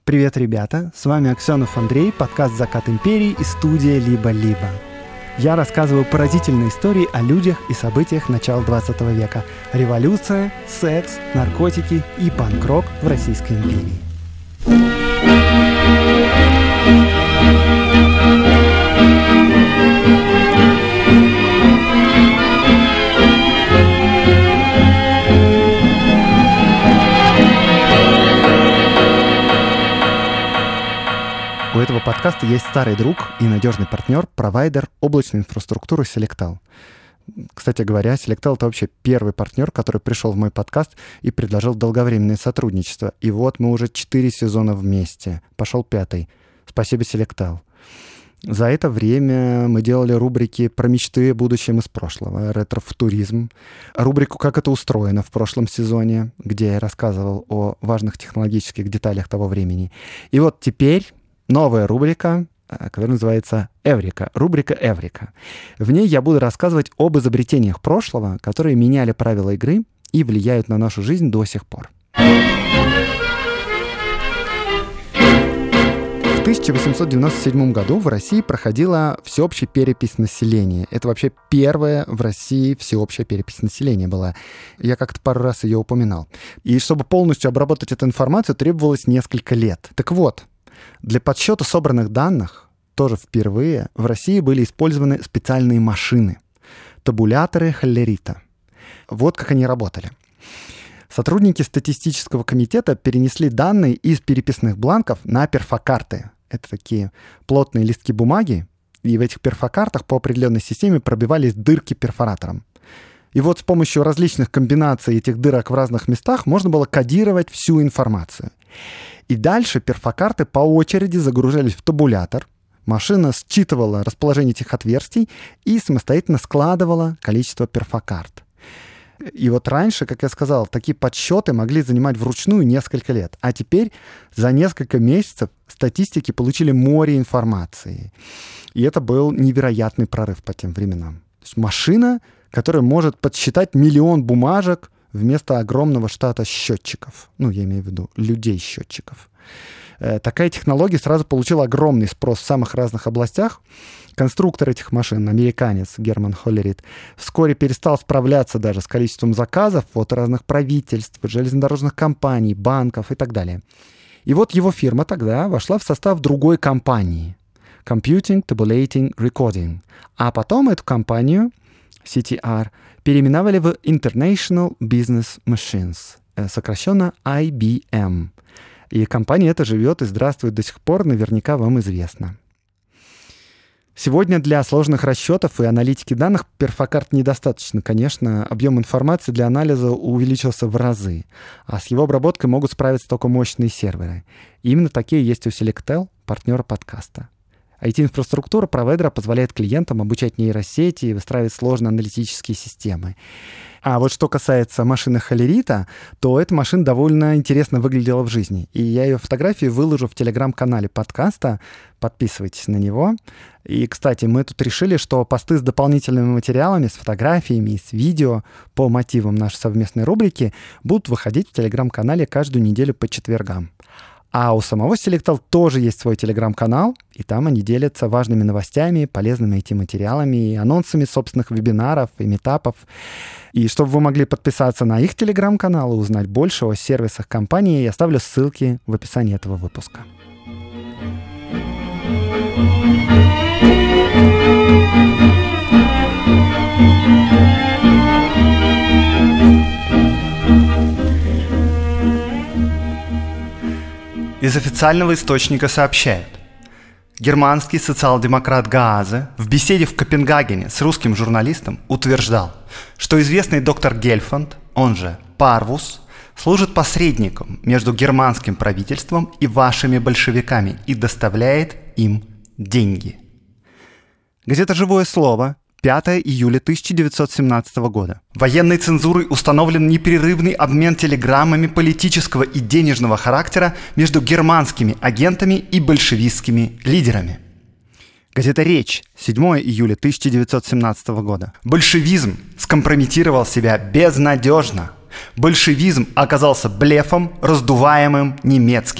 Привет, ребята! С вами Аксенов Андрей, подкаст «Закат империи» и студия «Либо-либо». Я рассказываю поразительные истории о людях и событиях начала 20 века. Революция, секс, наркотики и панк-рок в Российской империи. У этого подкаста есть старый друг и надежный партнер, провайдер облачной инфраструктуры Selectal. Кстати говоря, Selectal — это вообще первый партнер, который пришел в мой подкаст и предложил долговременное сотрудничество. И вот мы уже 4 сезона вместе. Пошел 5-й. Спасибо, Selectal. За это время мы делали рубрики про мечты о будущем из прошлого, ретро-футуризм, рубрику «Как это устроено» в прошлом сезоне, где я рассказывал о важных технологических деталях того времени. И вот теперь новая рубрика, которая называется «Эврика». Рубрика «Эврика». В ней я буду рассказывать об изобретениях прошлого, которые меняли правила игры и влияют на нашу жизнь до сих пор. В 1897 году в России проходила всеобщая перепись населения. Это вообще первая в России всеобщая перепись населения была. Я как-то пару раз ее упоминал. И чтобы полностью обработать эту информацию, требовалось несколько лет. Так вот, для подсчета собранных данных тоже впервые в России были использованы специальные машины — табуляторы Холлерита. Вот как они работали. Сотрудники статистического комитета перенесли данные из переписных бланков на перфокарты. Это такие плотные листки бумаги, и в этих перфокартах по определенной системе пробивались дырки перфоратором. И вот с помощью различных комбинаций этих дырок в разных местах можно было кодировать всю информацию. И дальше перфокарты по очереди загружались в табулятор. Машина считывала расположение этих отверстий и самостоятельно складывала количество перфокарт. И вот раньше, как я сказал, такие подсчеты могли занимать вручную несколько лет. А теперь за несколько месяцев статистики получили море информации. И это был невероятный прорыв по тем временам. То есть машина, которая может подсчитать 1 000 000 бумажек вместо огромного штата счетчиков. Я имею в виду людей-счетчиков. Такая технология сразу получила огромный спрос в самых разных областях. Конструктор этих машин, американец Герман Холлерит, вскоре перестал справляться даже с количеством заказов от разных правительств, железнодорожных компаний, банков и так далее. И вот его фирма тогда вошла в состав другой компании — Computing Tabulating Recording. А потом эту компанию, CTR, переименовали в International Business Machines, сокращенно IBM. И компания эта живет и здравствует до сих пор, наверняка вам известно. Сегодня для сложных расчетов и аналитики данных перфокарт недостаточно. Конечно, объем информации для анализа увеличился в разы, а с его обработкой могут справиться только мощные серверы. И именно такие есть у Selectal, партнера подкаста. IT-инфраструктура провайдера позволяет клиентам обучать нейросети и выстраивать сложные аналитические системы. А вот что касается машины Холлерита, то эта машина довольно интересно выглядела в жизни. И я ее фотографии выложу в телеграм-канале подкаста. Подписывайтесь на него. И, кстати, мы тут решили, что посты с дополнительными материалами, с фотографиями, с видео по мотивам нашей совместной рубрики будут выходить в телеграм-канале каждую неделю по четвергам. А у самого Selectal тоже есть свой телеграм-канал, и там они делятся важными новостями, полезными IT-материалами и анонсами собственных вебинаров и митапов. И чтобы вы могли подписаться на их телеграм-канал и узнать больше о сервисах компании, я оставлю ссылки в описании этого выпуска. Из официального источника сообщают. Германский социал-демократ Гаазе в беседе в Копенгагене с русским журналистом утверждал, что известный доктор Гельфанд, он же Парвус, служит посредником между германским правительством и вашими большевиками и доставляет им деньги. Газета «Живое слово», 5 июля 1917 года. Военной цензурой установлен непрерывный обмен телеграммами политического и денежного характера между германскими агентами и большевистскими лидерами. Газета «Речь», 7 июля 1917 года. Большевизм скомпрометировал себя безнадежно. Большевизм оказался блефом, раздуваемым немецкими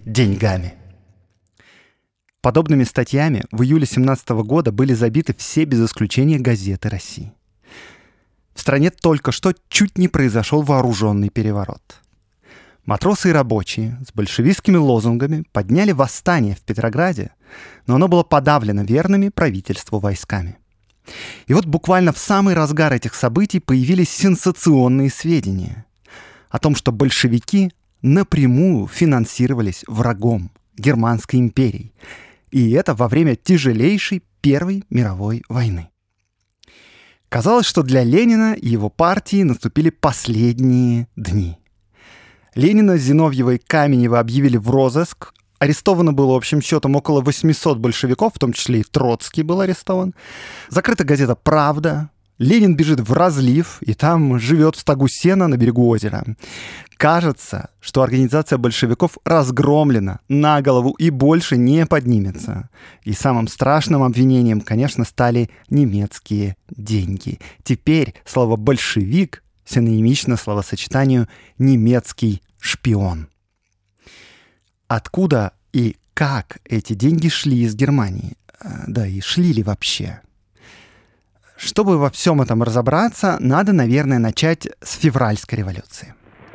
деньгами. Подобными статьями в июле 2017 года были забиты все без исключения газеты России. В стране только что чуть не произошел вооруженный переворот. Матросы и рабочие с большевистскими лозунгами подняли восстание в Петрограде, но оно было подавлено верными правительству войсками. И вот буквально в самый разгар этих событий появились сенсационные сведения о том, что большевики напрямую финансировались врагом Германской империи. И это во время тяжелейшей Первой мировой войны. Казалось, что для Ленина и его партии наступили последние дни. Ленина, Зиновьева и Каменева объявили в розыск. Арестовано было, общим счетом, около 800 большевиков, в том числе и Троцкий был арестован. Закрыта газета «Правда». Ленин бежит в разлив, и там живет в стогу сена на берегу озера. Кажется, что организация большевиков разгромлена на голову и больше не поднимется. И самым страшным обвинением, конечно, стали немецкие деньги. Теперь слово «большевик» синонимично словосочетанию «немецкий шпион». Откуда и как эти деньги шли из Германии? Да и шли ли вообще? Чтобы во всем этом разобраться, надо, наверное, начать с февральской революции.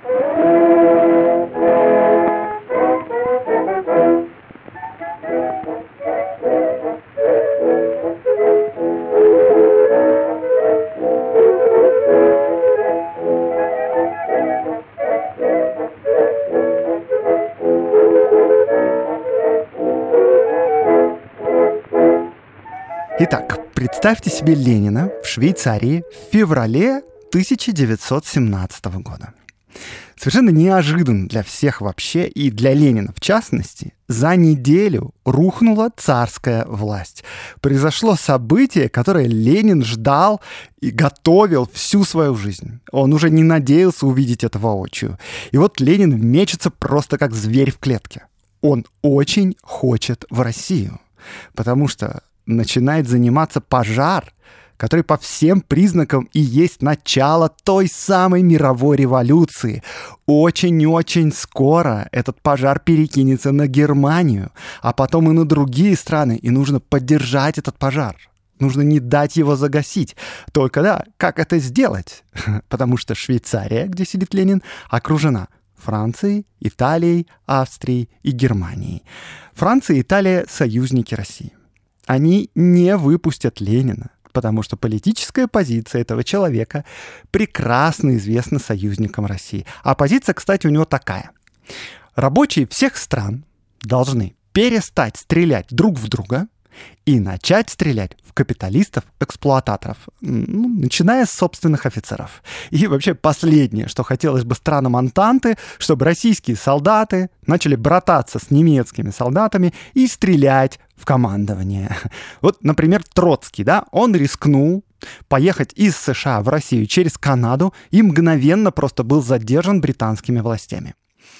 Итак, представьте себе Ленина в Швейцарии в феврале 1917 года. Совершенно неожиданно для всех вообще, и для Ленина в частности, за неделю рухнула царская власть. Произошло событие, которое Ленин ждал и готовил всю свою жизнь. Он уже не надеялся увидеть это воочию. И вот Ленин мечется просто как зверь в клетке. Он очень хочет в Россию, потому что начинает заниматься пожар, который по всем признакам и есть начало той самой мировой революции. Очень-очень скоро этот пожар перекинется на Германию, а потом и на другие страны, и нужно поддержать этот пожар. Нужно не дать его загасить. Только да, как это сделать? Потому что Швейцария, где сидит Ленин, окружена Францией, Италией, Австрией и Германией. Франция и Италия — союзники России. Они не выпустят Ленина, потому что политическая позиция этого человека прекрасно известна союзникам России. А позиция, кстати, у него такая. Рабочие всех стран должны перестать стрелять друг в друга и начать стрелять в капиталистов-эксплуататоров, начиная с собственных офицеров. И вообще последнее, что хотелось бы странам Антанты, чтобы российские солдаты начали брататься с немецкими солдатами и стрелять в командование. Вот, например, Троцкий, да, он рискнул поехать из США в Россию через Канаду и мгновенно просто был задержан британскими властями.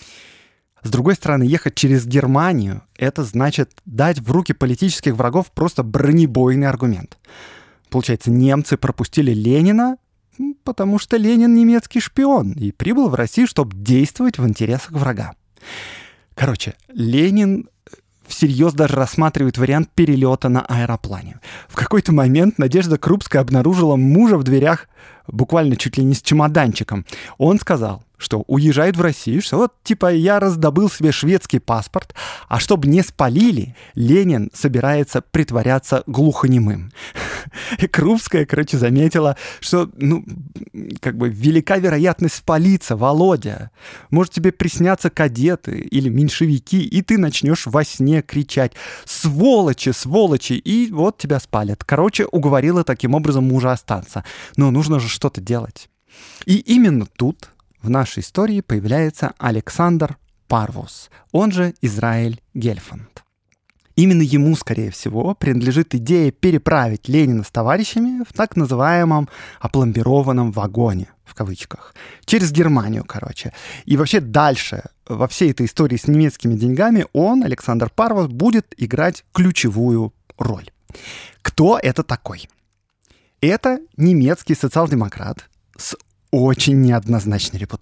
С другой стороны, ехать через Германию — это значит дать в руки политических врагов просто бронебойный аргумент. Получается, немцы пропустили Ленина, потому что Ленин немецкий шпион и прибыл в Россию, чтобы действовать в интересах врага. Короче, Ленин всерьез даже рассматривает вариант перелета на аэроплане. В какой-то момент Надежда Крупская обнаружила мужа в дверях буквально чуть ли не с чемоданчиком. Он сказал, что уезжает в Россию, что вот типа я раздобыл себе шведский паспорт, а чтобы не спалили, Ленин собирается притворяться глухонемым. И Крупская, короче, заметила, что, велика вероятность спалиться, Володя. Может, тебе приснятся кадеты или меньшевики, и ты начнешь во сне кричать «Сволочи, сволочи!» и вот тебя спалят. Короче, уговорила таким образом мужа остаться. Но нужно же что-то делать. И именно тут в нашей истории появляется Александр Парвус, он же Израиль Гельфанд. Именно ему, скорее всего, принадлежит идея переправить Ленина с товарищами в так называемом опломбированном вагоне, в кавычках, через Германию, короче. И вообще дальше, во всей этой истории с немецкими деньгами, он, Александр Парвус, будет играть ключевую роль. Кто это такой? Это немецкий социал-демократ с очень неоднозначной репутацией.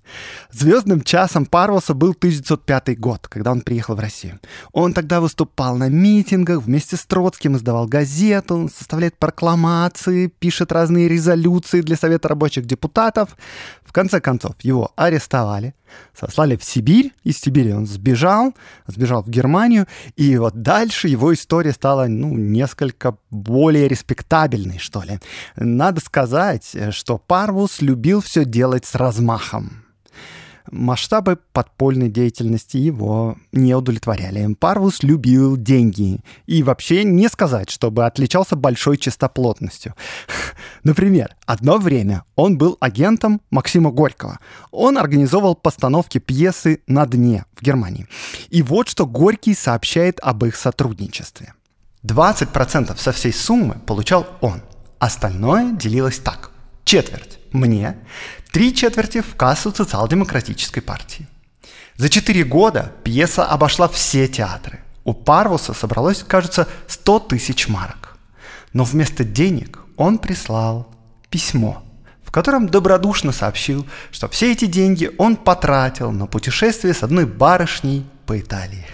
Звездным часом Парвуса был 1905 год, когда он приехал в Россию. Он тогда выступал на митингах, вместе с Троцким издавал газету, составляет прокламации, пишет разные резолюции для Совета рабочих депутатов. В конце концов, его арестовали, сослали в Сибирь. Из Сибири он сбежал в Германию. И вот дальше его история стала, несколько более респектабельной, что ли. Надо сказать, что Парвус любил все делать с размахом. Масштабы подпольной деятельности его не удовлетворяли. Парвус любил деньги. И вообще не сказать, чтобы отличался большой чистоплотностью. Например, одно время он был агентом Максима Горького. Он организовал постановки пьесы «На дне» в Германии. И вот что Горький сообщает об их сотрудничестве. 20% со всей суммы получал он. Остальное делилось так. Четверть мне, 3/4 в кассу социал-демократической партии. За 4 года пьеса обошла все театры. У Парвуса собралось, кажется, 100 тысяч марок. Но вместо денег он прислал письмо, в котором добродушно сообщил, что все эти деньги он потратил на путешествие с одной барышней по Италии.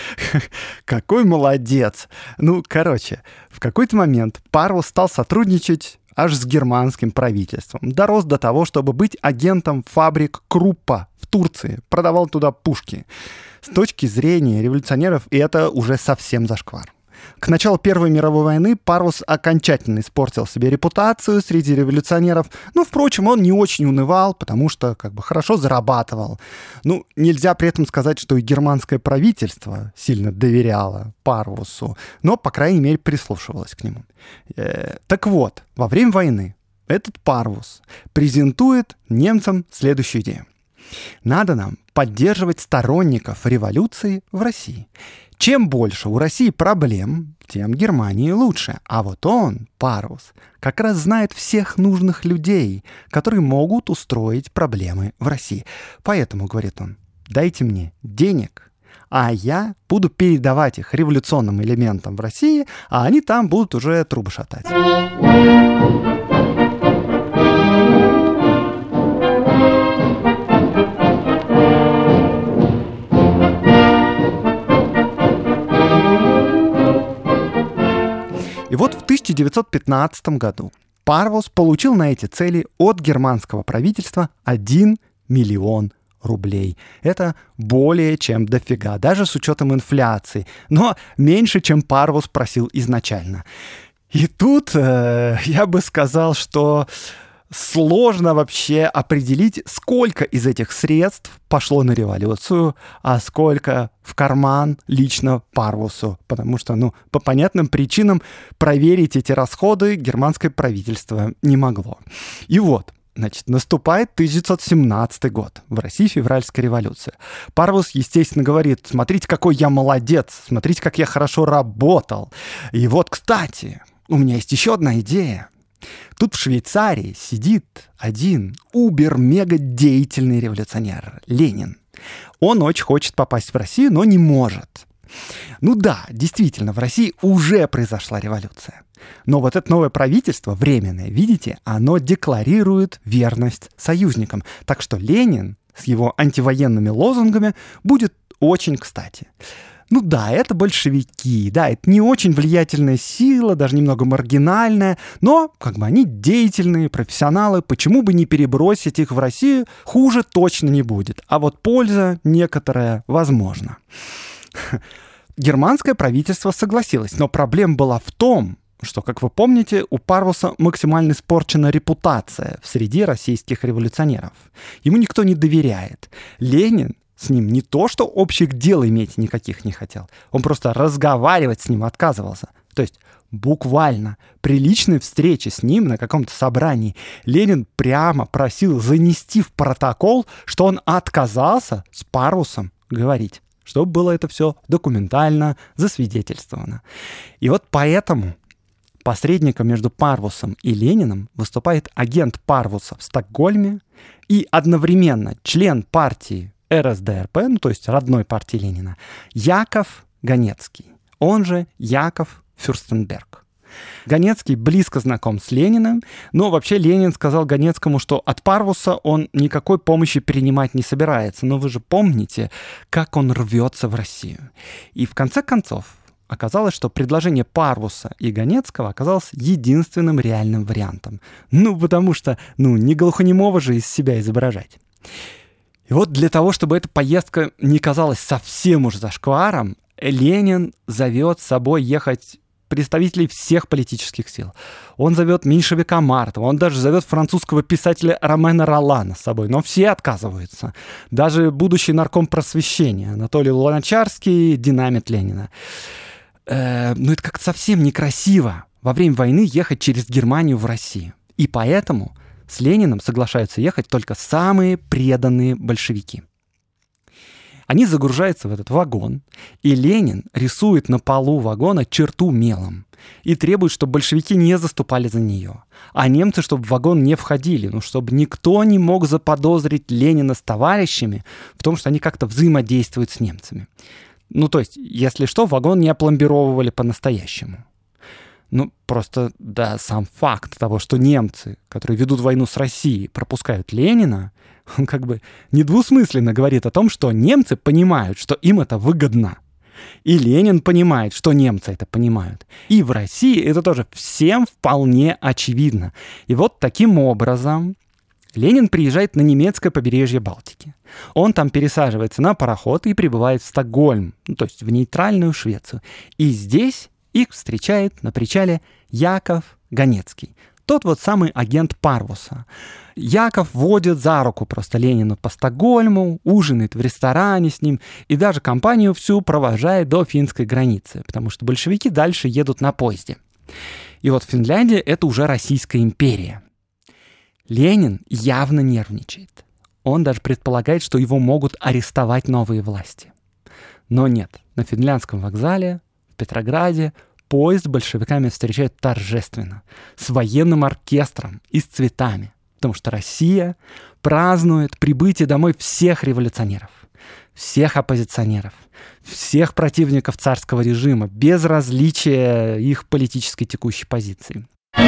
Какой молодец! В какой-то момент Парвус стал сотрудничать аж с германским правительством. Дорос до того, чтобы быть агентом фабрик Круппа в Турции. Продавал туда пушки. С точки зрения революционеров это уже совсем зашквар. К началу Первой мировой войны Парвус окончательно испортил себе репутацию среди революционеров. Впрочем, он не очень унывал, потому что хорошо зарабатывал. Нельзя при этом сказать, что и германское правительство сильно доверяло Парвусу, но, по крайней мере, прислушивалось к нему. Так вот, во время войны этот Парвус презентует немцам следующую идею. Надо нам поддерживать сторонников революции в России. Чем больше у России проблем, тем Германии лучше. А вот он, Парвус, как раз знает всех нужных людей, которые могут устроить проблемы в России. Поэтому, говорит он, дайте мне денег, а я буду передавать их революционным элементам в России, а они там будут уже трубы шатать. И вот в 1915 году Парвус получил на эти цели от германского правительства 1 миллион рублей. Это более чем дофига, даже с учетом инфляции, но меньше, чем Парвус просил изначально. И тут я бы сказал, что сложно вообще определить, сколько из этих средств пошло на революцию, а сколько в карман лично Парвусу. Потому что, по понятным причинам проверить эти расходы германское правительство не могло. И вот, наступает 1917 год. В России февральская революция. Парвус, естественно, говорит: смотрите, какой я молодец, смотрите, как я хорошо работал. И вот, кстати, у меня есть еще одна идея. Тут в Швейцарии сидит один убер-мега-деятельный революционер — Ленин. Он очень хочет попасть в Россию, но не может. Да, действительно, в России уже произошла революция. Но вот это новое правительство, временное, видите, оно декларирует верность союзникам. Так что Ленин с его антивоенными лозунгами будет очень кстати. Это большевики, это не очень влиятельная сила, даже немного маргинальная, но они деятельные, профессионалы, почему бы не перебросить их в Россию, хуже точно не будет, а вот польза некоторая возможна. Германское правительство согласилось, но проблема была в том, что, как вы помните, у Парвуса максимально испорчена репутация в среде российских революционеров. Ему никто не доверяет. Ленин с ним не то, что общих дел иметь никаких не хотел, он просто разговаривать с ним отказывался. То есть буквально при личной встрече с ним на каком-то собрании Ленин прямо просил занести в протокол, что он отказался с Парвусом говорить, чтобы было это все документально засвидетельствовано. И вот поэтому посредником между Парвусом и Лениным выступает агент Парвуса в Стокгольме и одновременно член партии РСДРП, то есть родной партии Ленина, Яков Ганецкий, он же Яков Фюрстенберг. Ганецкий близко знаком с Лениным, но вообще Ленин сказал Ганецкому, что от Парвуса он никакой помощи принимать не собирается. Но вы же помните, как он рвется в Россию. И в конце концов оказалось, что предложение Парвуса и Ганецкого оказалось единственным реальным вариантом. Потому что, не глухонемого же из себя изображать. И вот для того, чтобы эта поездка не казалась совсем уж зашкваром, Ленин зовет с собой ехать представителей всех политических сил. Он зовет меньшевика Мартова, он даже зовет французского писателя Ромена Ролана с собой, но все отказываются. Даже будущий нарком просвещения Анатолий Луначарский динамит Ленина. Это как-то совсем некрасиво во время войны ехать через Германию в Россию. И поэтому с Лениным соглашаются ехать только самые преданные большевики. Они загружаются в этот вагон, и Ленин рисует на полу вагона черту мелом и требует, чтобы большевики не заступали за нее, а немцы, чтобы в вагон не входили, чтобы никто не мог заподозрить Ленина с товарищами в том, что они как-то взаимодействуют с немцами. То есть, если что, вагон не опломбировывали по-настоящему. Просто, сам факт того, что немцы, которые ведут войну с Россией, пропускают Ленина, он недвусмысленно говорит о том, что немцы понимают, что им это выгодно. И Ленин понимает, что немцы это понимают. И в России это тоже всем вполне очевидно. И вот таким образом Ленин приезжает на немецкое побережье Балтики. Он там пересаживается на пароход и прибывает в Стокгольм, то есть в нейтральную Швецию. И здесь их встречает на причале Яков Ганецкий. Тот вот самый агент Парвуса. Яков водит за руку просто Ленина по Стокгольму, ужинает в ресторане с ним и даже компанию всю провожает до финской границы, потому что большевики дальше едут на поезде. И вот Финляндия — это уже Российская империя. Ленин явно нервничает. Он даже предполагает, что его могут арестовать новые власти. Но нет, на финляндском вокзале, в Петрограде, поезд с большевиками встречают торжественно, с военным оркестром и с цветами, потому что Россия празднует прибытие домой всех революционеров, всех оппозиционеров, всех противников царского режима, без различия их политической текущей позиции.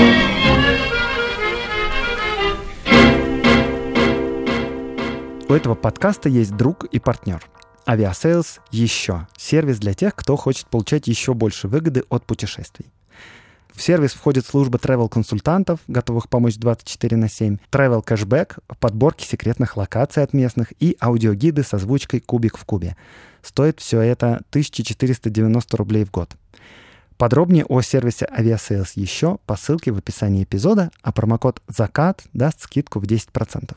У этого подкаста есть друг и партнер. Aviasales еще. Сервис для тех, кто хочет получать еще больше выгоды от путешествий. В сервис входит служба travel-консультантов, готовых помочь 24/7, travel кэшбэк, подборки секретных локаций от местных и аудиогиды с озвучкой «Кубик в кубе». Стоит все это 1490 рублей в год. Подробнее о сервисе Aviasales еще по ссылке в описании эпизода, а промокод «Закат» даст скидку в 10%.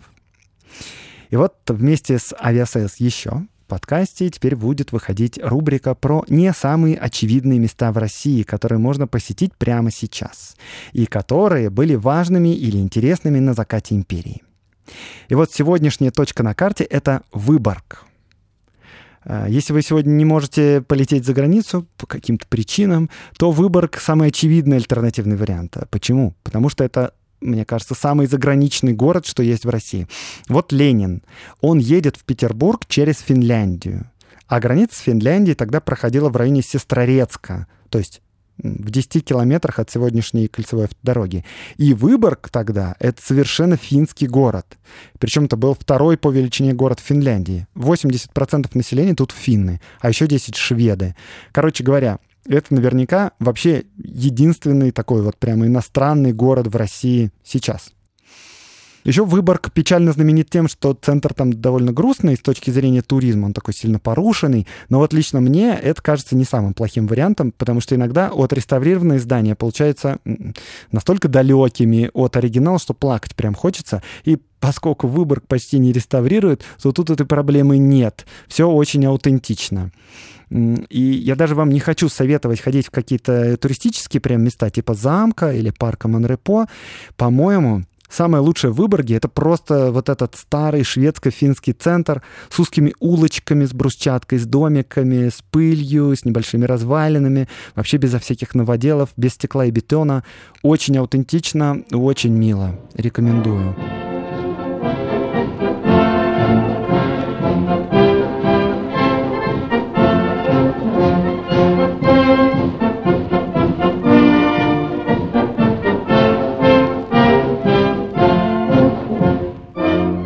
И вот вместе с Aviasales еще в подкасте теперь будет выходить рубрика про не самые очевидные места в России, которые можно посетить прямо сейчас, и которые были важными или интересными на закате империи. И вот сегодняшняя точка на карте — это Выборг. Если вы сегодня не можете полететь за границу по каким-то причинам, то Выборг — самый очевидный альтернативный вариант. Почему? Потому что это, мне кажется, самый заграничный город, что есть в России. Вот Ленин. Он едет в Петербург через Финляндию. А граница с Финляндией тогда проходила в районе Сестрорецка, то есть в 10 километрах от сегодняшней кольцевой автодороги. И Выборг тогда — это совершенно финский город. Причем это был второй по величине город в Финляндии. 80% населения тут финны, а еще 10 шведы. Короче говоря, это наверняка вообще единственный такой вот прямо иностранный город в России сейчас. Еще Выборг печально знаменит тем, что центр там довольно грустный с точки зрения туризма, он такой сильно порушенный, но вот лично мне это кажется не самым плохим вариантом, потому что иногда отреставрированные здания получаются настолько далекими от оригинала, что плакать прям хочется, и поскольку Выборг почти не реставрируют, то тут этой проблемы нет, все очень аутентично. И я даже вам не хочу советовать ходить в какие-то туристические прям места, типа замка или парка Монрепо. По-моему, самое лучшее в Выборге — это просто вот этот старый шведско-финский центр с узкими улочками, с брусчаткой, с домиками, с пылью, с небольшими развалинами, вообще безо всяких новоделов, без стекла и бетона. Очень аутентично, очень мило. Рекомендую.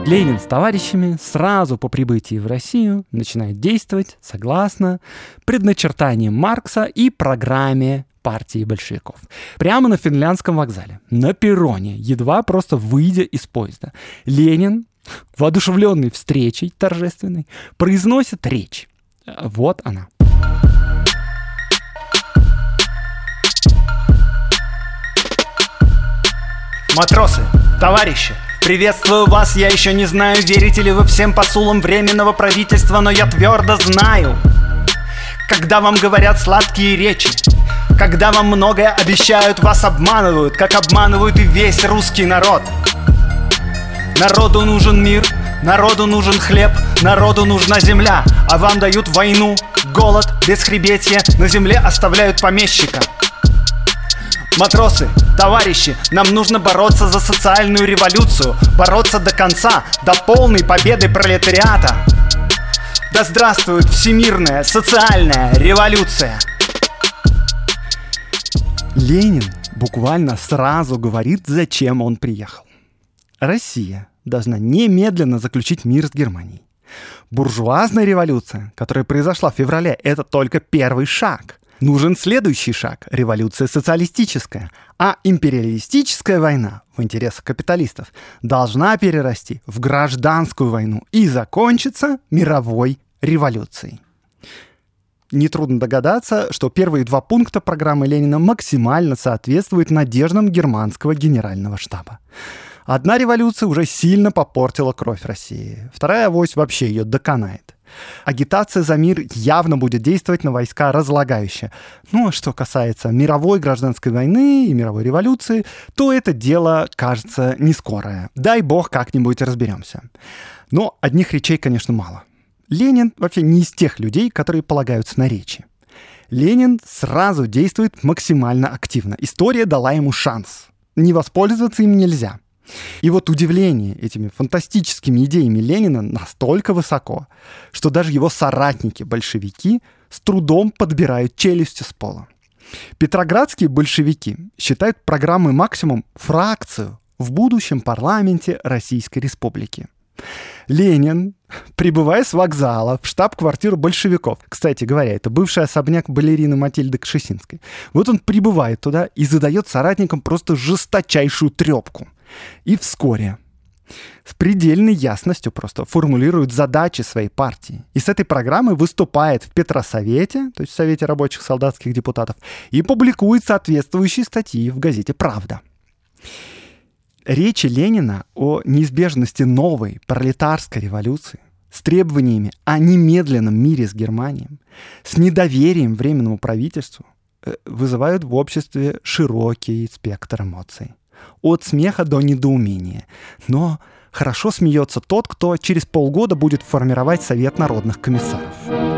Ленин с товарищами сразу по прибытии в Россию начинает действовать согласно предначертаниям Маркса и программе партии большевиков. Прямо на Финляндском вокзале, на перроне, едва просто выйдя из поезда, Ленин, воодушевленный встречей торжественной, произносит речь. Вот она. Матросы, товарищи, приветствую вас, я еще не знаю, верите ли вы всем посулам Временного правительства, но я твердо знаю. Когда вам говорят сладкие речи, когда вам многое обещают, вас обманывают, как обманывают и весь русский народ. Народу нужен мир, народу нужен хлеб, народу нужна земля, а вам дают войну, голод, бесхребетье, на земле оставляют помещика. Матросы, товарищи, нам нужно бороться за социальную революцию, бороться до конца, до полной победы пролетариата. Да здравствует всемирная социальная революция! Ленин буквально сразу говорит, зачем он приехал. Россия должна немедленно заключить мир с Германией. Буржуазная революция, которая произошла в феврале, это только первый шаг. Нужен следующий шаг – революция социалистическая. А империалистическая война в интересах капиталистов должна перерасти в гражданскую войну и закончиться мировой революцией. Нетрудно догадаться, что первые два пункта программы Ленина максимально соответствуют надеждам германского генерального штаба. Одна революция уже сильно попортила кровь России, вторая авось вообще ее доконает. Агитация за мир явно будет действовать на войска разлагающе. Ну, а что касается мировой гражданской войны и мировой революции, то это дело, кажется, не скорое. Дай бог как-нибудь разберемся. Но одних речей, конечно, мало. Ленин вообще не из тех людей, которые полагаются на речи. Ленин сразу действует максимально активно. История дала ему шанс. Не воспользоваться им нельзя. И вот удивление этими фантастическими идеями Ленина настолько высоко, что даже его соратники-большевики с трудом подбирают челюсти с пола. Петроградские большевики считают программой «Максимум» фракцию в будущем парламенте Российской Республики. Ленин, прибывая с вокзала в штаб-квартиру большевиков, кстати говоря, это бывший особняк балерины Матильды Кшесинской, вот он прибывает туда и задает соратникам просто жесточайшую трепку. И вскоре с предельной ясностью просто формулирует задачи своей партии. И с этой программой выступает в Петросовете, то есть в Совете рабочих солдатских депутатов, и публикует соответствующие статьи в газете «Правда». Речи Ленина о неизбежности новой пролетарской революции с требованиями о немедленном мире с Германией, с недоверием Временному правительству вызывают в обществе широкий спектр эмоций. От смеха до недоумения. Но хорошо смеется тот, кто через полгода будет формировать Совет народных комиссаров.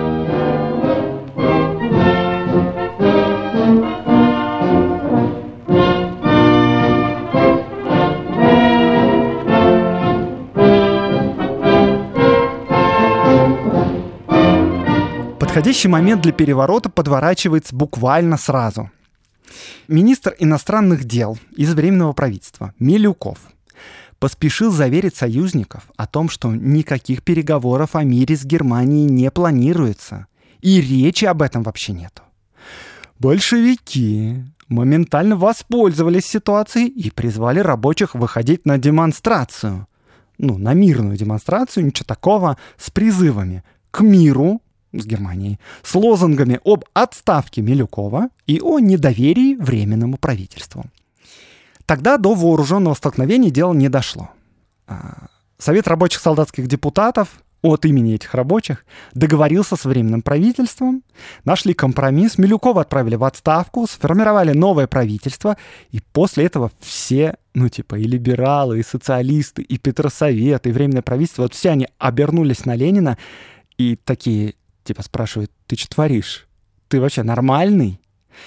Подходящий момент для переворота подворачивается буквально сразу. Министр иностранных дел из Временного правительства Милюков поспешил заверить союзников о том, что никаких переговоров о мире с Германией не планируется, и речи об этом вообще нету. Большевики моментально воспользовались ситуацией и призвали рабочих выходить на демонстрацию. На мирную демонстрацию, ничего такого, с призывами к миру с Германией, с лозунгами об отставке Милюкова и о недоверии Временному правительству. Тогда до вооруженного столкновения дело не дошло. Совет рабочих солдатских депутатов от имени этих рабочих договорился с Временным правительством, нашли компромисс, Милюкова отправили в отставку, сформировали новое правительство, и после этого все, и либералы, и социалисты, и Петросовет, и Временное правительство, вот все они обернулись на Ленина и такие, спрашивают: ты что творишь? Ты вообще нормальный?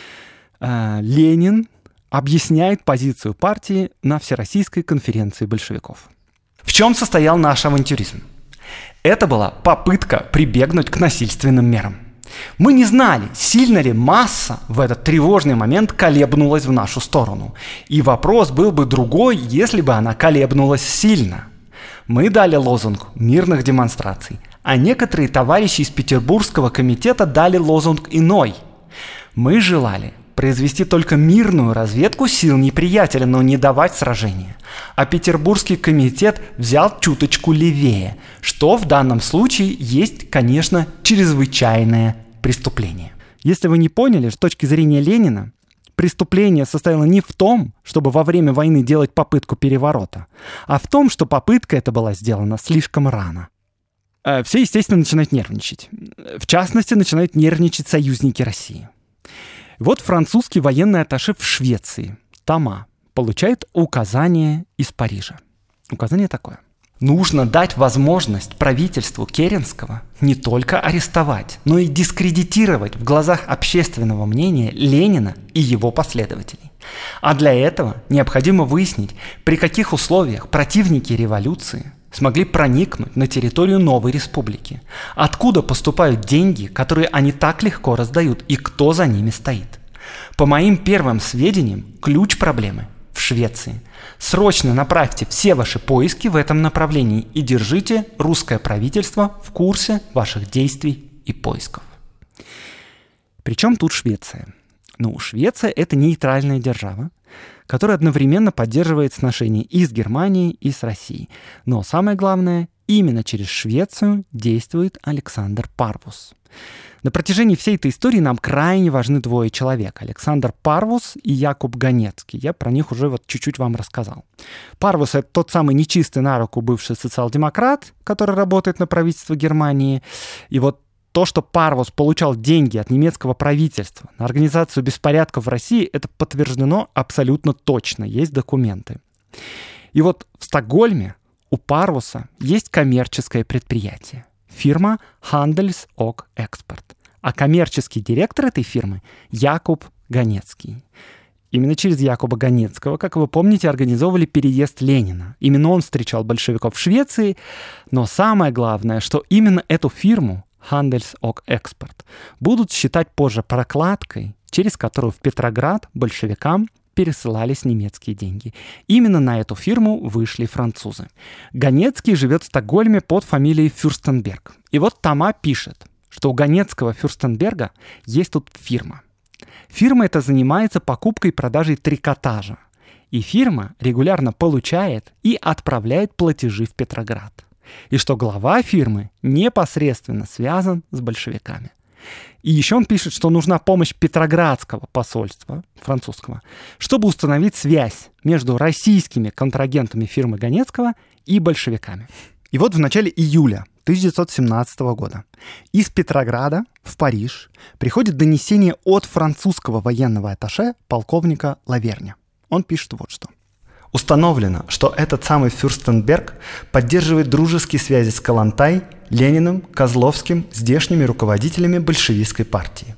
Ленин объясняет позицию партии на Всероссийской конференции большевиков. В чем состоял наш авантюризм? Это была попытка прибегнуть к насильственным мерам. Мы не знали, сильно ли масса в этот тревожный момент колебнулась в нашу сторону. И вопрос был бы другой, если бы она колебнулась сильно. Мы дали лозунг мирных демонстраций, а некоторые товарищи из Петербургского комитета дали лозунг иной. Мы желали произвести только мирную разведку сил неприятеля, но не давать сражения. А Петербургский комитет взял чуточку левее, что в данном случае есть, конечно, чрезвычайное преступление. Если вы не поняли, с точки зрения Ленина, преступление состояло не в том, чтобы во время войны делать попытку переворота, а в том, что попытка эта была сделана слишком рано. Все, естественно, начинают нервничать. В частности, начинают нервничать союзники России. Вот французский военный атташе в Швеции, Тома, получает указание из Парижа. Указание такое. Нужно дать возможность правительству Керенского не только арестовать, но и дискредитировать в глазах общественного мнения Ленина и его последователей. А для этого необходимо выяснить, при каких условиях противники революции смогли проникнуть на территорию новой республики, откуда поступают деньги, которые они так легко раздают, и кто за ними стоит. По моим первым сведениям, ключ проблемы в Швеции. Срочно направьте все ваши поиски в этом направлении и держите русское правительство в курсе ваших действий и поисков. Причем тут Швеция? Швеция – это нейтральная держава, которая одновременно поддерживает сношения и с Германией, и с Россией. Но самое главное, именно через Швецию действует Александр Парвус. На протяжении всей этой истории нам крайне важны двое человек – Александр Парвус и Якуб Ганецкий. Я про них уже чуть-чуть вам рассказал. Парвус – это тот самый нечистый на руку бывший социал-демократ, который работает на правительство Германии. И то, что Парвус получал деньги от немецкого правительства на организацию беспорядков в России, это подтверждено абсолютно точно, есть документы. И в Стокгольме у Парвуса есть коммерческое предприятие. Фирма Handels och Export. А коммерческий директор этой фирмы Якуб Ганецкий. Именно через Якуба Ганецкого, как вы помните, организовывали переезд Ленина. Именно он встречал большевиков в Швеции. Но самое главное, что именно эту фирму Handels och Export будут считать позже прокладкой, через которую в Петроград большевикам пересылались немецкие деньги. Именно на эту фирму вышли французы. Ганецкий живет в Стокгольме под фамилией Фюрстенберг. И Тома пишет, что у Ганецкого Фюрстенберга есть тут фирма. Фирма эта занимается покупкой и продажей трикотажа. И фирма регулярно получает и отправляет платежи в Петроград. И что глава фирмы непосредственно связан с большевиками. И еще он пишет, что нужна помощь Петроградского посольства, французского, чтобы установить связь между российскими контрагентами фирмы Ганецкого и большевиками. И в начале июля 1917 года из Петрограда в Париж приходит донесение от французского военного атташе полковника Лаверня. Он пишет что. Установлено, что этот самый Фюрстенберг поддерживает дружеские связи с Калантай, Лениным, Козловским, здешними руководителями большевистской партии.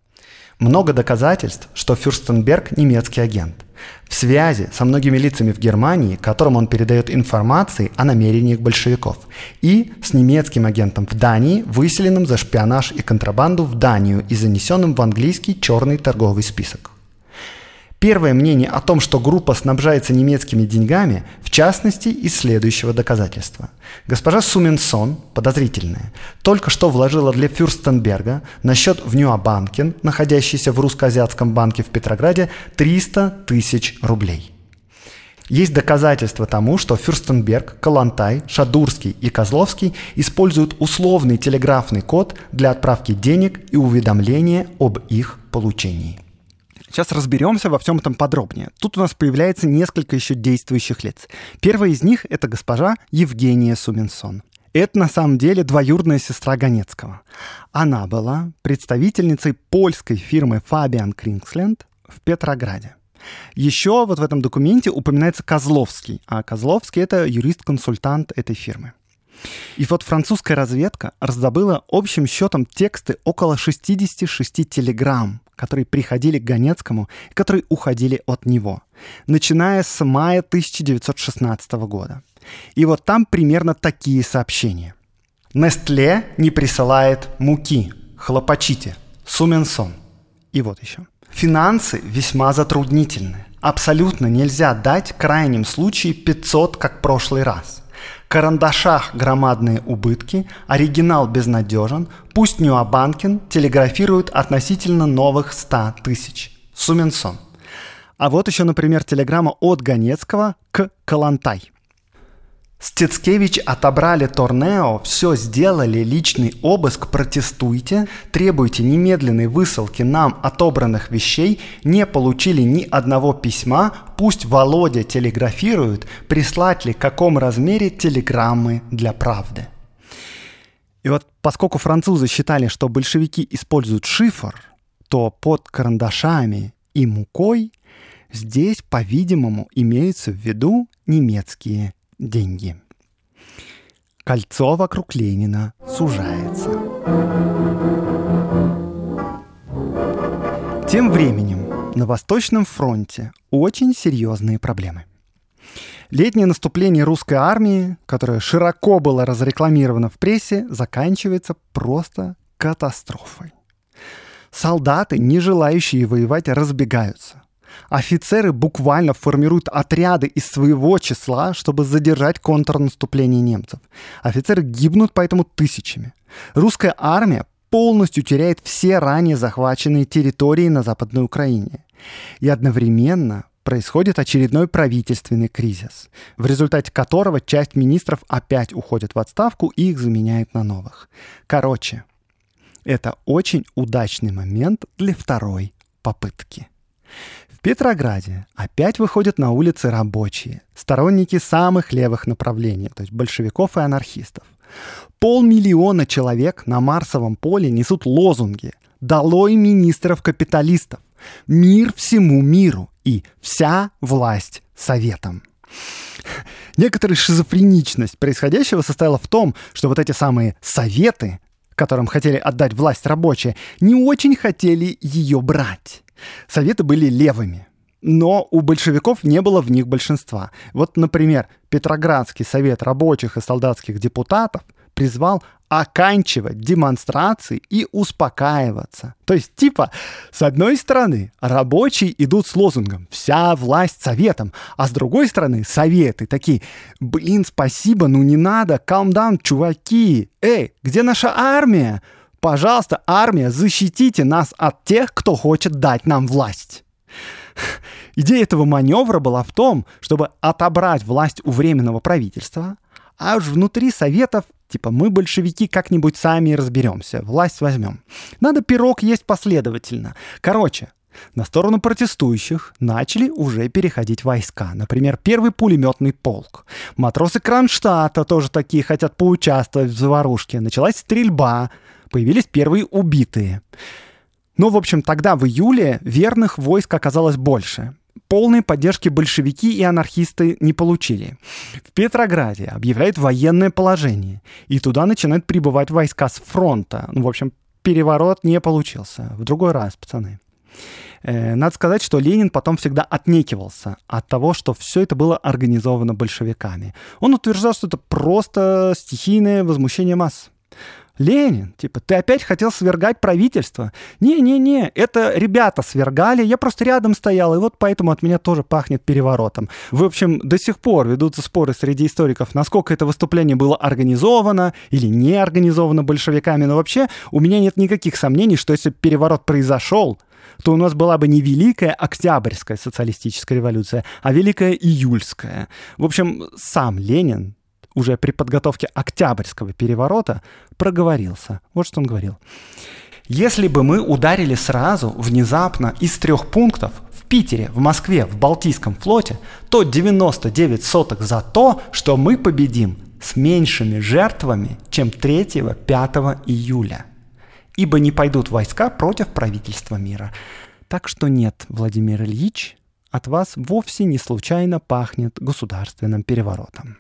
Много доказательств, что Фюрстенберг – немецкий агент. В связи со многими лицами в Германии, которым он передает информации о намерениях большевиков, и с немецким агентом в Дании, выселенным за шпионаж и контрабанду в Данию и занесенным в английский черный торговый список. Первое мнение о том, что группа снабжается немецкими деньгами, в частности, из следующего доказательства. Госпожа Суменсон, подозрительная, только что вложила для Фюрстенберга на счет в Ньюабанкен, находящийся в русско-азиатском банке в Петрограде, 300 тысяч рублей. Есть доказательства тому, что Фюрстенберг, Калантай, Шадурский и Козловский используют условный телеграфный код для отправки денег и уведомления об их получении. Сейчас разберемся во всем этом подробнее. Тут у нас появляется несколько еще действующих лиц. Первая из них — это госпожа Евгения Суменсон. Это на самом деле двоюродная сестра Ганецкого. Она была представительницей польской фирмы Fabian Kringsland в Петрограде. Еще в этом документе упоминается Козловский, а Козловский — это юрист-консультант этой фирмы. И французская разведка раздобыла общим счетом тексты около 66 телеграмм, которые приходили к Ганецкому и которые уходили от него, начиная с мая 1916 года. И там примерно такие сообщения. «Нестле не присылает муки. Хлопочите. Суменсон». И еще. «Финансы весьма затруднительны. Абсолютно нельзя дать в крайнем случае 500, как в прошлый раз. карандашах громадные убытки, оригинал безнадежен, пусть Нюабанкин телеграфирует относительно новых 100 тысяч. Суменсон. А вот еще, например, телеграмма от Ганецкого к Калантай. Стецкевич отобрали Торнео, все сделали, личный обыск, протестуйте, требуйте немедленной высылки нам отобранных вещей, не получили ни одного письма, пусть Володя телеграфирует, прислать ли в каком размере телеграммы для правды. И вот поскольку французы считали, что большевики используют шифр, то под карандашами и мукой здесь, по-видимому, имеются в виду немецкие деньги. Кольцо вокруг Ленина сужается. Тем временем на Восточном фронте очень серьезные проблемы. Летнее наступление русской армии, которое широко было разрекламировано в прессе, заканчивается просто катастрофой. Солдаты, не желающие воевать, разбегаются. Офицеры буквально формируют отряды из своего числа, чтобы задержать контрнаступление немцев. Офицеры гибнут поэтому тысячами. Русская армия полностью теряет все ранее захваченные территории на Западной Украине. И одновременно происходит очередной правительственный кризис, в результате которого часть министров опять уходит в отставку и их заменяют на новых. Короче, это очень удачный момент для второй попытки. В Петрограде опять выходят на улицы рабочие, сторонники самых левых направлений, то есть большевиков и анархистов. 500 000 человек на Марсовом поле несут лозунги «Долой министров-капиталистов», «Мир всему миру» и «Вся власть советам». Некоторая шизофреничность происходящего состояла в том, что вот эти самые «советы», которым хотели отдать власть рабочие, не очень хотели ее брать. Советы были левыми, но у большевиков не было в них большинства. Вот, например, Петроградский совет рабочих и солдатских депутатов призвал оканчивать демонстрации и успокаиваться. То есть, типа, с одной стороны, рабочие идут с лозунгом «Вся власть советам», а с другой стороны, советы такие «Блин, спасибо, ну не надо, calm down, чуваки, эй, где наша армия? Пожалуйста, армия, защитите нас от тех, кто хочет дать нам власть». Идея этого маневра была в том, чтобы отобрать власть у Временного правительства, а уж внутри советов, типа, мы, большевики, как-нибудь сами разберемся, власть возьмем. Надо пирог есть последовательно. Короче, на сторону протестующих начали уже переходить войска. Например, первый пулеметный полк. Матросы Кронштадта тоже такие хотят поучаствовать в заварушке. Началась стрельба, появились первые убитые. Ну, в общем, тогда в июле верных войск оказалось больше. Полной поддержки большевики и анархисты не получили. В Петрограде объявляют военное положение, и туда начинают прибывать войска с фронта. Ну, в общем, переворот не получился. В другой раз, пацаны. Надо сказать, что Ленин потом всегда отнекивался от того, что все это было организовано большевиками. Он утверждал, что это просто стихийное возмущение масс. Ленин, типа, ты опять хотел свергать правительство? Не-не-не, это ребята свергали, я просто рядом стоял, и вот поэтому от меня тоже пахнет переворотом. В общем, до сих пор ведутся споры среди историков, насколько это выступление было организовано или не организовано большевиками, но вообще у меня нет никаких сомнений, что если переворот произошел, то у нас была бы не Великая Октябрьская социалистическая революция, а Великая Июльская. В общем, сам Ленин уже при подготовке Октябрьского переворота проговорился. Вот что он говорил. Если бы мы ударили сразу, внезапно, из 3 пунктов в Питере, в Москве, в Балтийском флоте, то 99 соток за то, что мы победим с меньшими жертвами, чем 3-5 июля. Ибо не пойдут войска против правительства мира. Так что нет, Владимир Ильич, от вас вовсе не случайно пахнет государственным переворотом.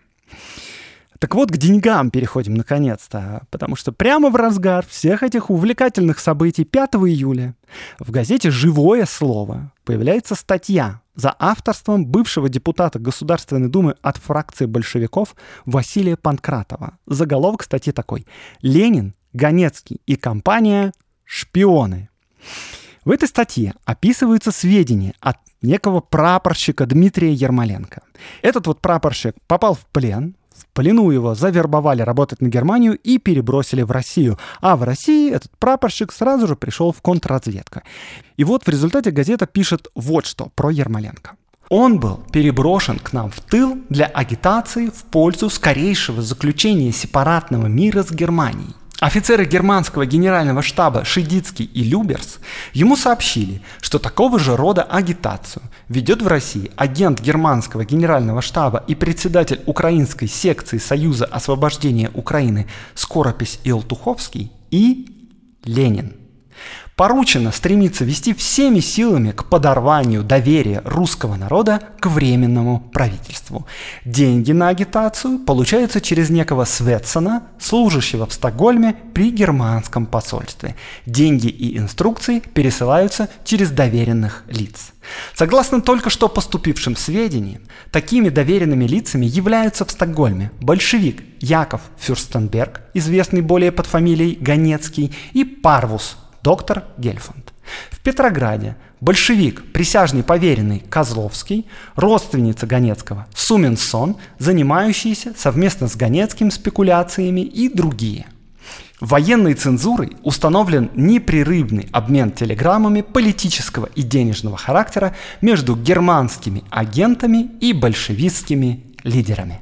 Так вот, к деньгам переходим наконец-то, потому что прямо в разгар всех этих увлекательных событий 5 июля в газете «Живое слово» появляется статья за авторством бывшего депутата Государственной Думы от фракции большевиков Василия Панкратова. Заголовок статьи такой: «Ленин, Ганецкий и компания – шпионы». В этой статье описываются сведения от некого прапорщика Дмитрия Ермоленко. Этот вот прапорщик попал в плен В плену его завербовали работать на Германию и перебросили в Россию. А в России этот прапорщик сразу же пришел в контрразведку. И вот в результате газета пишет вот что про Ермоленко. Он был переброшен к нам в тыл для агитации в пользу скорейшего заключения сепаратного мира с Германией. Офицеры германского генерального штаба Шидицкий и Люберс ему сообщили, что такого же рода агитацию ведет в России агент германского генерального штаба и председатель украинской секции Союза освобождения Украины Скоропись и Олтуховский и Ленин. Поручено стремиться вести всеми силами к подорванию доверия русского народа к Временному правительству. Деньги на агитацию получаются через некого Светсона, служащего в Стокгольме при германском посольстве. Деньги и инструкции пересылаются через доверенных лиц. Согласно только что поступившим сведениям, такими доверенными лицами являются в Стокгольме большевик Яков Фюрстенберг, известный более под фамилией Ганецкий, и Парвус, доктор Гельфанд. В Петрограде большевик, присяжный поверенный Козловский, родственница Ганецкого Суменсон, занимающийся совместно с Ганецким спекуляциями и другие. Военной цензурой установлен непрерывный обмен телеграммами политического и денежного характера между германскими агентами и большевистскими лидерами.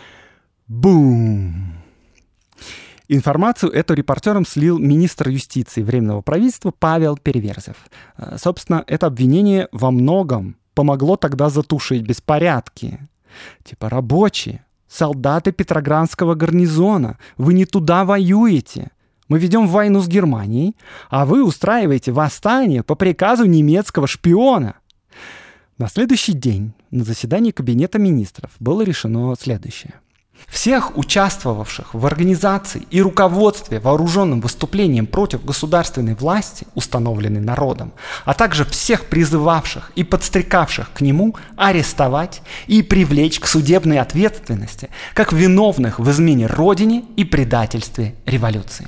Бум! Информацию эту репортерам слил министр юстиции Временного правительства Павел Переверзев. Собственно, это обвинение во многом помогло тогда затушить беспорядки. Типа рабочие, солдаты Петроградского гарнизона, вы не туда воюете. Мы ведем войну с Германией, а вы устраиваете восстание по приказу немецкого шпиона. На следующий день на заседании Кабинета министров было решено следующее. Всех участвовавших в организации и руководстве вооруженным выступлением против государственной власти, установленной народом, а также всех призывавших и подстрекавших к нему арестовать и привлечь к судебной ответственности как виновных в измене Родине и предательстве революции.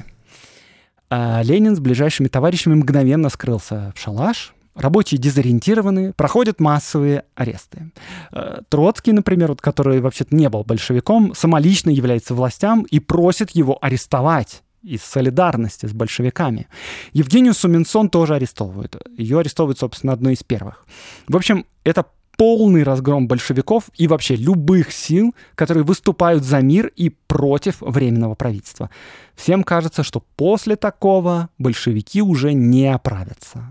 А Ленин с ближайшими товарищами мгновенно скрылся в шалаш. Рабочие дезориентированы, проходят массовые аресты. Троцкий, например, который вообще-то не был большевиком, самолично является властям и просит его арестовать из солидарности с большевиками. Евгению Суменсон тоже арестовывают. Ее арестовывают, собственно, одной из первых. В общем, это полный разгром большевиков и вообще любых сил, которые выступают за мир и против Временного правительства. Всем кажется, что после такого большевики уже не оправятся.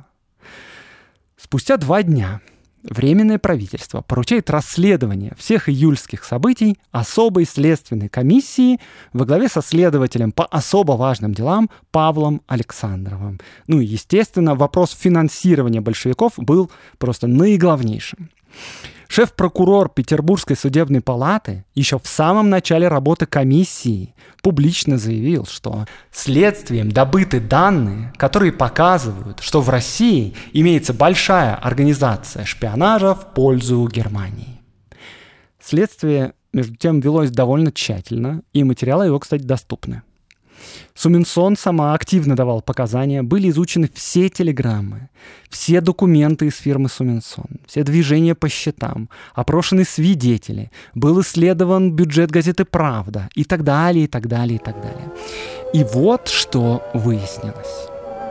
Спустя 2 дня Временное правительство поручает расследование всех июльских событий особой следственной комиссии во главе со следователем по особо важным делам Павлом Александровым. Ну и, естественно, вопрос финансирования большевиков был просто наиглавнейшим. Шеф-прокурор Петербургской судебной палаты еще в самом начале работы комиссии публично заявил, что следствием добыты данные, которые показывают, что в России имеется большая организация шпионажа в пользу Германии. Следствие, между тем, велось довольно тщательно, и материалы его, кстати, доступны. Суменсон сама активно давала показания, были изучены все телеграммы, все документы из фирмы Суменсон, все движения по счетам, опрошены свидетели, был исследован бюджет газеты «Правда» и так далее, и так далее, и так далее. И вот что выяснилось.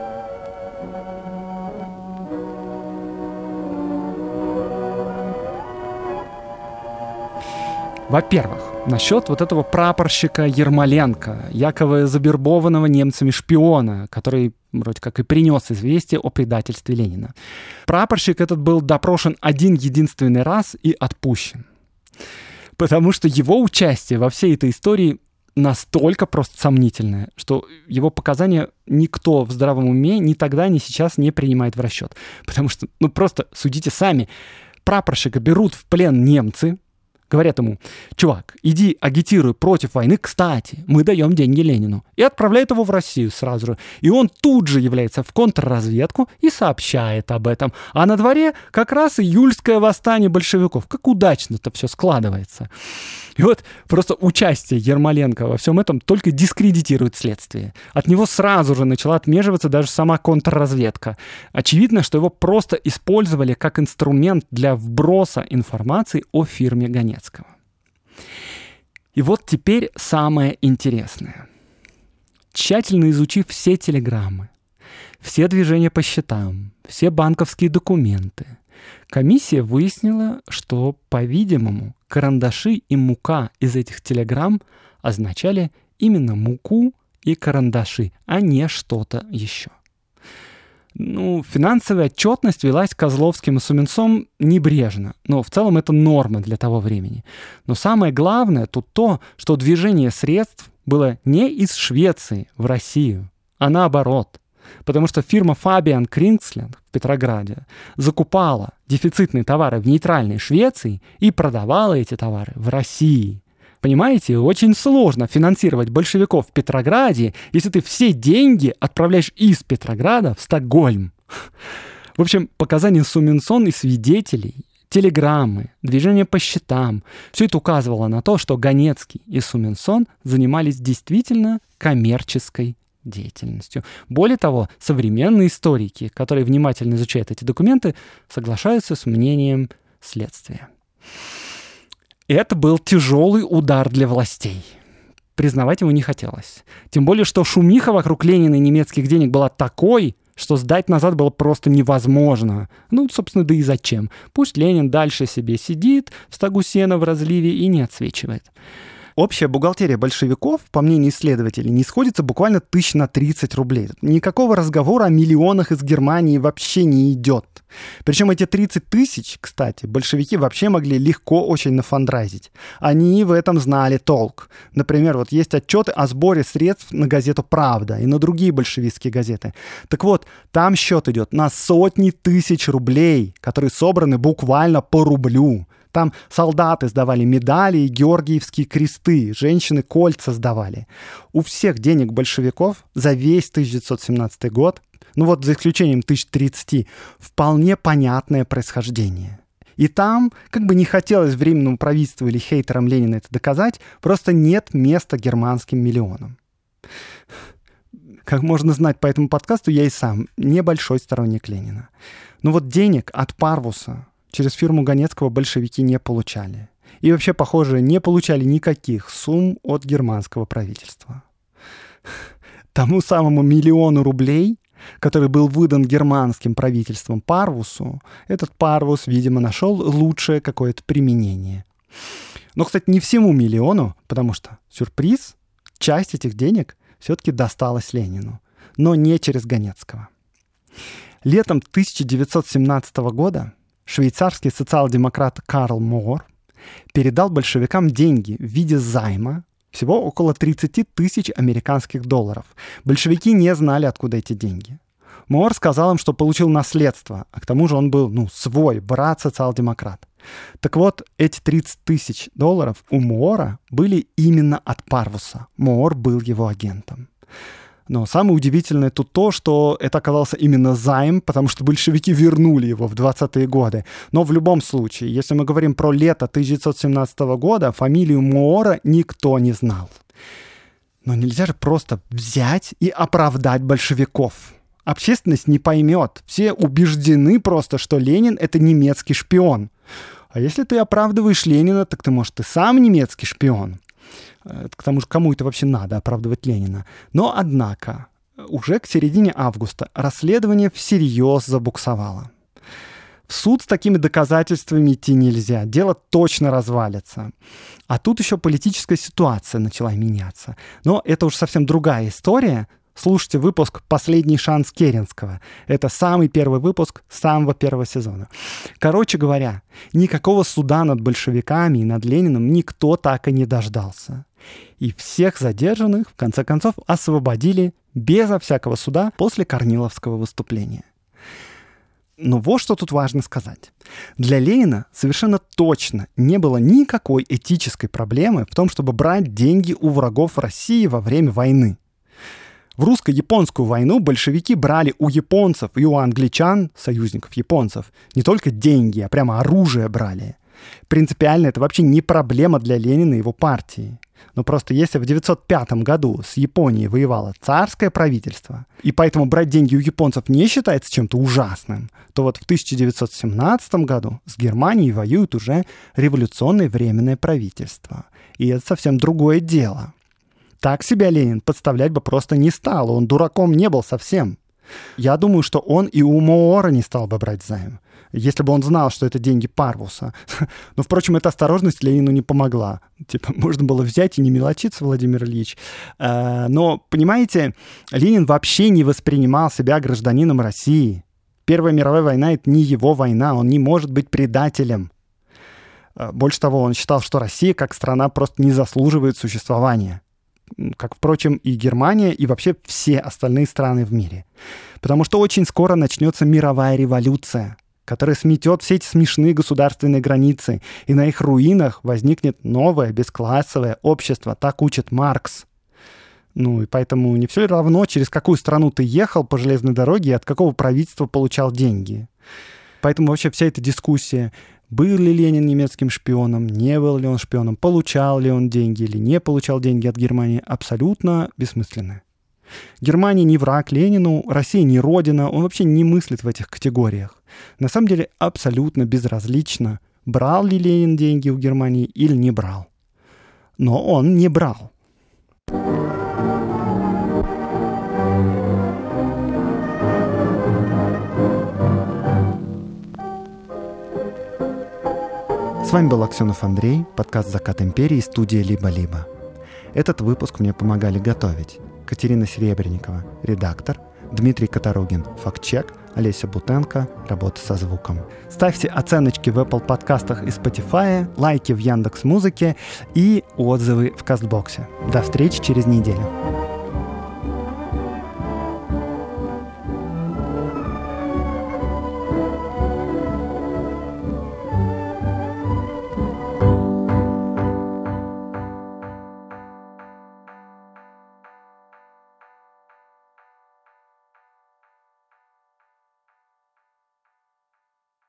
Во-первых, насчет вот этого прапорщика Ермоленко, якобы завербованного немцами шпиона, который вроде как и принес известие о предательстве Ленина. Прапорщик этот был допрошен один единственный раз и отпущен. Потому что его участие во всей этой истории настолько просто сомнительное, что его показания никто в здравом уме ни тогда, ни сейчас не принимает в расчет. Потому что, просто судите сами, прапорщика берут в плен немцы, говорят ему: чувак, иди агитируй против войны, кстати, мы даем деньги Ленину. И отправляют его в Россию сразу же. И он тут же является в контрразведку и сообщает об этом. А на дворе как раз июльское восстание большевиков. Как удачно-то все складывается. И вот просто участие Ермоленко во всем этом только дискредитирует следствие. От него сразу же начала отмеживаться даже сама контрразведка. Очевидно, что его просто использовали как инструмент для вброса информации о фирме Ганецкого. И вот теперь самое интересное. Тщательно изучив все телеграммы, все движения по счетам, все банковские документы, комиссия выяснила, что, по-видимому, карандаши и мука из этих телеграмм означали именно муку и карандаши, а не что-то еще. Финансовая отчетность велась Козловским и Суменцом небрежно, но в целом это норма для того времени. Но самое главное тут то, что движение средств было не из Швеции в Россию, а наоборот. Потому что фирма Fabian Kringsland в Петрограде закупала дефицитные товары в нейтральной Швеции и продавала эти товары в России. Понимаете, очень сложно финансировать большевиков в Петрограде, если ты все деньги отправляешь из Петрограда в Стокгольм. В общем, показания Суменсон и свидетелей, телеграммы, движения по счетам — все это указывало на то, что Ганецкий и Суменсон занимались действительно коммерческой деятельностью. Более того, современные историки, которые внимательно изучают эти документы, соглашаются с мнением следствия. Это был тяжелый удар для властей. Признавать его не хотелось. Тем более, что шумиха вокруг Ленина и немецких денег была такой, что сдать назад было просто невозможно. Собственно, да и зачем? Пусть Ленин дальше себе сидит в стогу сена в разливе и не отсвечивает. Общая бухгалтерия большевиков, по мнению исследователей, не сходится буквально 30 рублей. Никакого разговора о миллионах из Германии вообще не идет. Причем эти 30 тысяч, кстати, большевики вообще могли легко очень нафандрайзить. Они в этом знали толк. Например, есть отчеты о сборе средств на газету «Правда» и на другие большевистские газеты. Так вот, там счет идет на сотни тысяч рублей, которые собраны буквально по рублю. Там солдаты сдавали медали и георгиевские кресты, женщины кольца сдавали. У всех денег большевиков за весь 1917 год, за исключением 1030, вполне понятное происхождение. И там, как бы не хотелось Временному правительству или хейтерам Ленина это доказать, просто нет места германским миллионам. Как можно знать по этому подкасту, я и сам небольшой сторонник Ленина. Денег от Парвуса через фирму Ганецкого большевики не получали. И вообще, похоже, не получали никаких сумм от германского правительства. Тому самому 1 миллион рублей, который был выдан германским правительством Парвусу, этот Парвус, видимо, нашел лучшее какое-то применение. Но, кстати, не всему 1 миллиону, потому что, сюрприз, часть этих денег все-таки досталась Ленину, но не через Ганецкого. Летом 1917 года швейцарский социал-демократ Карл Моор передал большевикам деньги в виде займа, всего около 30 тысяч американских долларов. Большевики не знали, откуда эти деньги. Моор сказал им, что получил наследство, а к тому же он был, свой брат социал-демократ. Так вот, эти 30 тысяч долларов у Моора были именно от Парвуса. Моор был его агентом. Но самое удивительное тут то, что это оказался именно займ, потому что большевики вернули его в 20-е годы. Но в любом случае, если мы говорим про лето 1917 года, фамилию Моора никто не знал. Но нельзя же просто взять и оправдать большевиков. Общественность не поймет. Все убеждены просто, что Ленин — это немецкий шпион. А если ты оправдываешь Ленина, так ты, может, и сам немецкий шпион. К тому же, кому это вообще надо оправдывать Ленина? Но, однако, уже к середине августа расследование всерьез забуксовало. В суд с такими доказательствами идти нельзя, дело точно развалится. А тут еще политическая ситуация начала меняться. Но это уж совсем другая история. Слушайте выпуск «Последний шанс Керенского». Это самый первый выпуск самого первого сезона. Короче говоря, никакого суда над большевиками и над Лениным никто так и не дождался. И всех задержанных, в конце концов, освободили безо всякого суда после Корниловского выступления. Но вот что тут важно сказать. Для Ленина совершенно точно не было никакой этической проблемы в том, чтобы брать деньги у врагов России во время войны. В русско-японскую войну большевики брали у японцев и у англичан, союзников японцев, не только деньги, а прямо оружие брали. Принципиально это вообще не проблема для Ленина и его партии. Но просто если в 1905 году с Японией воевало царское правительство, и поэтому брать деньги у японцев не считается чем-то ужасным, то вот в 1917 году с Германией воюет уже революционное временное правительство. И это совсем другое дело. Так себя Ленин подставлять бы просто не стал, он дураком не был совсем. Я думаю, что он и у Моора не стал бы брать займ, если бы он знал, что это деньги Парвуса. Но, впрочем, эта осторожность Ленину не помогла. Можно было взять и не мелочиться, Владимир Ильич. Но, понимаете, Ленин вообще не воспринимал себя гражданином России. Первая мировая война — это не его война, он не может быть предателем. Больше того, он считал, что Россия как страна просто не заслуживает существования. Как, впрочем, и Германия, и вообще все остальные страны в мире. Потому что очень скоро начнется мировая революция, которая сметет все эти смешные государственные границы, и на их руинах возникнет новое бесклассовое общество. Так учит Маркс. И поэтому не все ли равно, через какую страну ты ехал по железной дороге и от какого правительства получал деньги. Поэтому вообще вся эта дискуссия, был ли Ленин немецким шпионом, не был ли он шпионом, получал ли он деньги или не получал деньги от Германии, абсолютно бессмысленны. Германия не враг Ленину, Россия не родина, он вообще не мыслит в этих категориях. На самом деле абсолютно безразлично, брал ли Ленин деньги у Германии или не брал. Но он не брал. С вами был Аксенов Андрей, подкаст «Закат империи», студия «Либо-либо». Этот выпуск мне помогали готовить Катерина Серебренникова, редактор, Дмитрий Которогин, фактчек, Олеся Бутенко, работа со звуком. Ставьте оценочки в Apple подкастах и Spotify, лайки в Яндекс.Музыке и отзывы в Кастбоксе. До встречи через неделю.